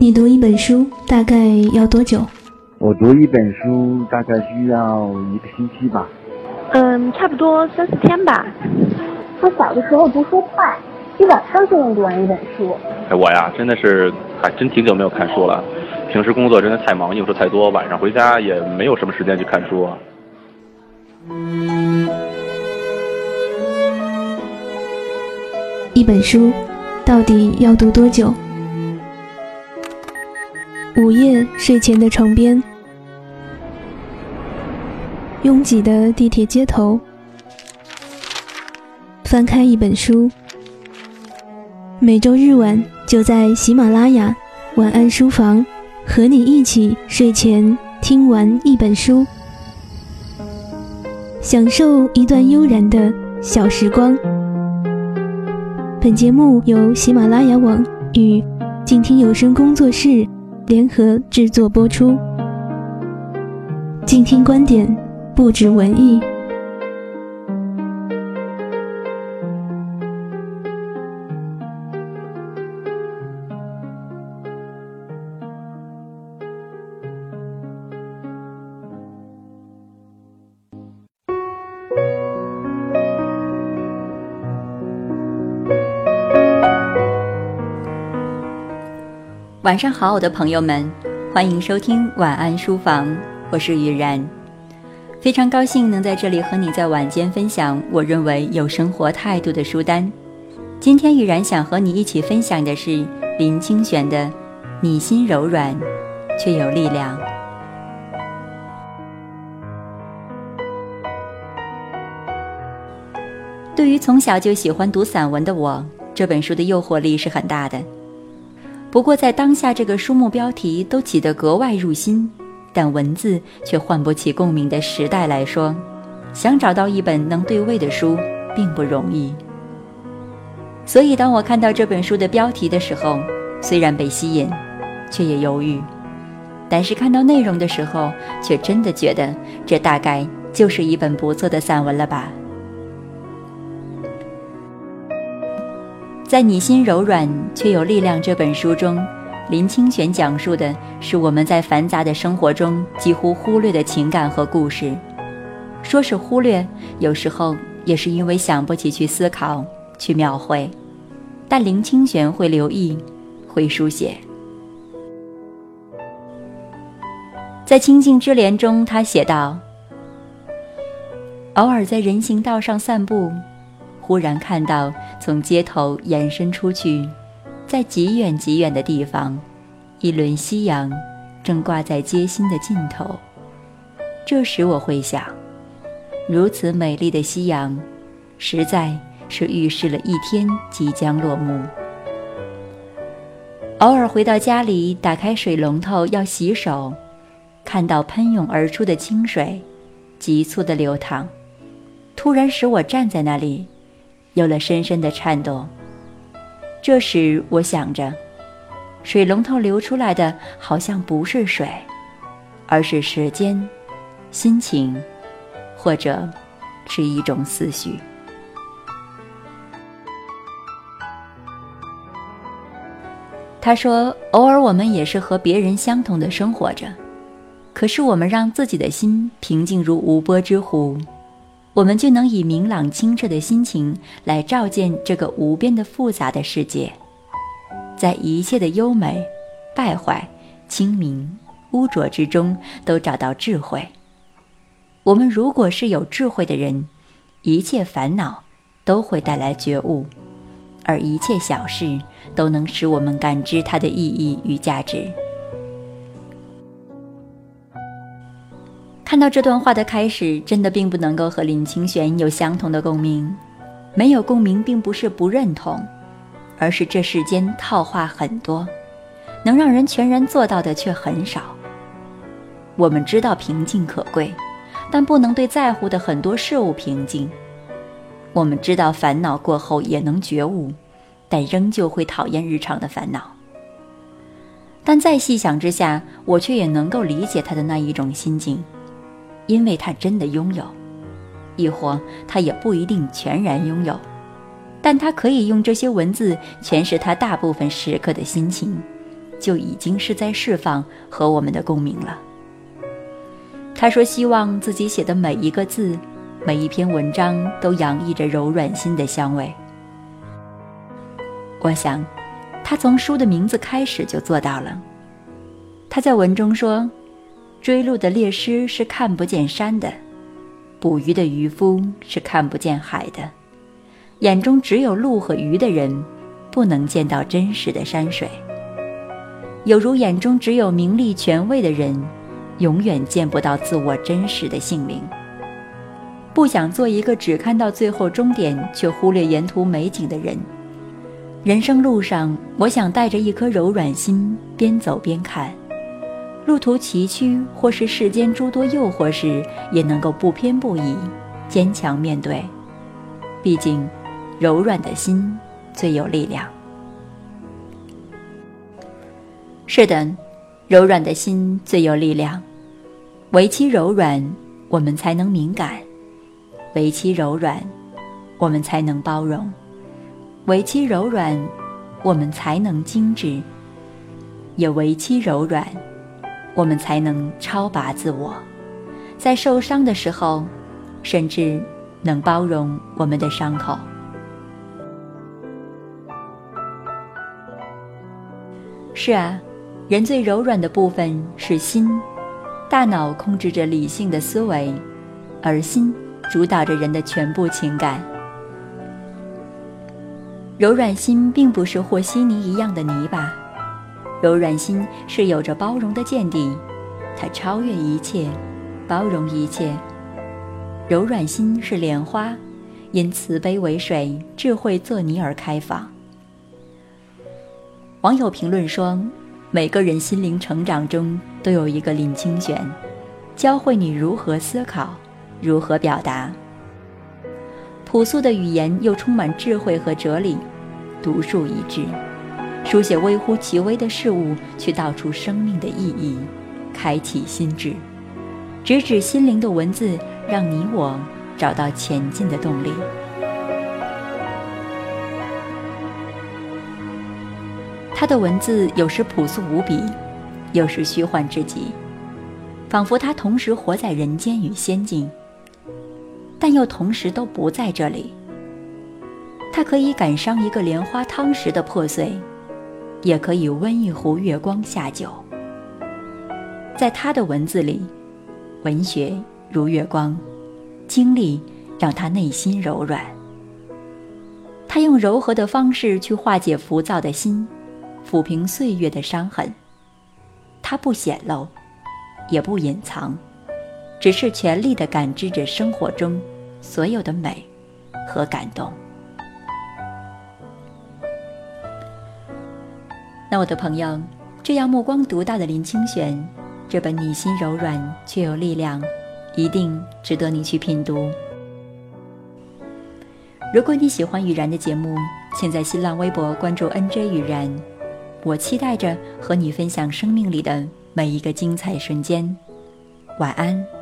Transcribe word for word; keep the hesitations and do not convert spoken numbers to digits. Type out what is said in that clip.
你读一本书大概要多久？ 我读一本书大概需要一个星期吧。 嗯，差不多三四天吧。 我小的时候读书快，一晚上就能读完一本书。 哎，我呀，真的是还真挺久没有看书了。平时工作真的太忙，应酬太多，晚上回家也没有什么时间去看书。 一本书到底要读多久？午夜睡前的床边，拥挤的地铁街头，翻开一本书。每周日晚就在喜马拉雅晚安书房，和你一起睡前听完一本书，享受一段悠然的小时光。本节目由喜马拉雅网与静听有声工作室联合制作播出。静听观点，不止文艺。 晚上好，我的朋友们，欢迎收听晚安书房，我是雨然。非常高兴能在这里和你在晚间分享我认为有生活态度的书单。今天雨然想和你一起分享的是林清玄的《你心柔软却有力量》。对于从小就喜欢读散文的我，这本书的诱惑力是很大的。不过在当下这个书目标题都起得格外入心，但文字却唤不起共鸣的时代来说，想找到一本能对味的书并不容易。所以当我看到这本书的标题的时候，虽然被吸引，却也犹豫，但是看到内容的时候，却真的觉得这大概就是一本不错的散文了吧。在《你心柔软却有力量》这本书中，林清玄讲述的是我们在繁杂的生活中几乎忽略的情感和故事。说是忽略，有时候也是因为想不起去思考，去描绘。但林清玄会留意，会书写。在《清净之莲》中，他写道：偶尔在人行道上散步，忽然看到从街头延伸出去，在极远极远的地方，一轮夕阳正挂在街心的尽头。这时我会想，如此美丽的夕阳，实在是预示了一天即将落幕。偶尔回到家里，打开水龙头要洗手，看到喷涌而出的清水急促地流淌，突然使我站在那里有了深深的颤动。这时我想着，水龙头流出来的好像不是水，而是时间、心情，或者是一种思绪。他说，偶尔我们也是和别人相同的生活着，可是我们让自己的心平静如无波之湖，我们就能以明朗清澈的心情来照见这个无边的复杂的世界，在一切的优美、败坏、清明、污浊之中都找到智慧。我们如果是有智慧的人，一切烦恼都会带来觉悟，而一切小事都能使我们感知它的意义与价值。看到这段话的开始，真的并不能够和林清玄有相同的共鸣。没有共鸣并不是不认同，而是这世间套话很多，能让人全然做到的却很少。我们知道平静可贵，但不能对在乎的很多事物平静。我们知道烦恼过后也能觉悟，但仍旧会讨厌日常的烦恼。但在细想之下，我却也能够理解他的那一种心境，因为他真的拥有，亦或他也不一定全然拥有，但他可以用这些文字诠释他大部分时刻的心情， 就已经是在释放和我们的共鸣了。他说希望自己写的每一个字，每一篇文章都洋溢着柔软心的香味。我想他从书的名字开始就做到了。他在文中说，追路的猎师是看不见山的，捕鱼的渔夫是看不见海的，眼中只有鹿和鱼的人不能见到真实的山水，有如眼中只有名利权位的人永远见不到自我真实的性灵。不想做一个只看到最后终点却忽略沿途美景的人。人生路上，我想带着一颗柔软心，边走边看，路途崎岖或是世间诸多诱惑时，也能够不偏不倚，坚强面对。毕竟柔软的心最有力量。是的，柔软的心最有力量。唯其柔软，我们才能敏感；唯其柔软，我们才能包容；唯其柔软，我们才能精致；也唯其柔软，我们才能超拔自我，在受伤的时候，甚至能包容我们的伤口。是啊，人最柔软的部分是心，大脑控制着理性的思维，而心主导着人的全部情感。柔软心并不是和稀泥一样的泥巴，柔软心是有着包容的见地，它超越一切，包容一切。柔软心是莲花，因慈悲为水，智慧作泥而开放。网友评论说，每个人心灵成长中都有一个林清玄，教会你如何思考，如何表达。朴素的语言又充满智慧和哲理，独树一帜，书写微乎其微的事物，去道出生命的意义，开启心智。直指心灵的文字，让你我找到前进的动力。他的文字有时朴素无比，有时虚幻至极，仿佛他同时活在人间与仙境，但又同时都不在这里。他可以感伤一个莲花汤匙的破碎，也可以温一壶月光下酒。在他的文字里，文学如月光，经历让他内心柔软。他用柔和的方式去化解浮躁的心，抚平岁月的伤痕。他不显露，也不隐藏，只是全力地感知着生活中所有的美和感动。那我的朋友，这样目光独到的林清玄，这本你心柔软却有力量，一定值得你去品读。如果你喜欢雨然的节目，请在新浪微博关注 N J 雨然，我期待着和你分享生命里的每一个精彩瞬间。晚安。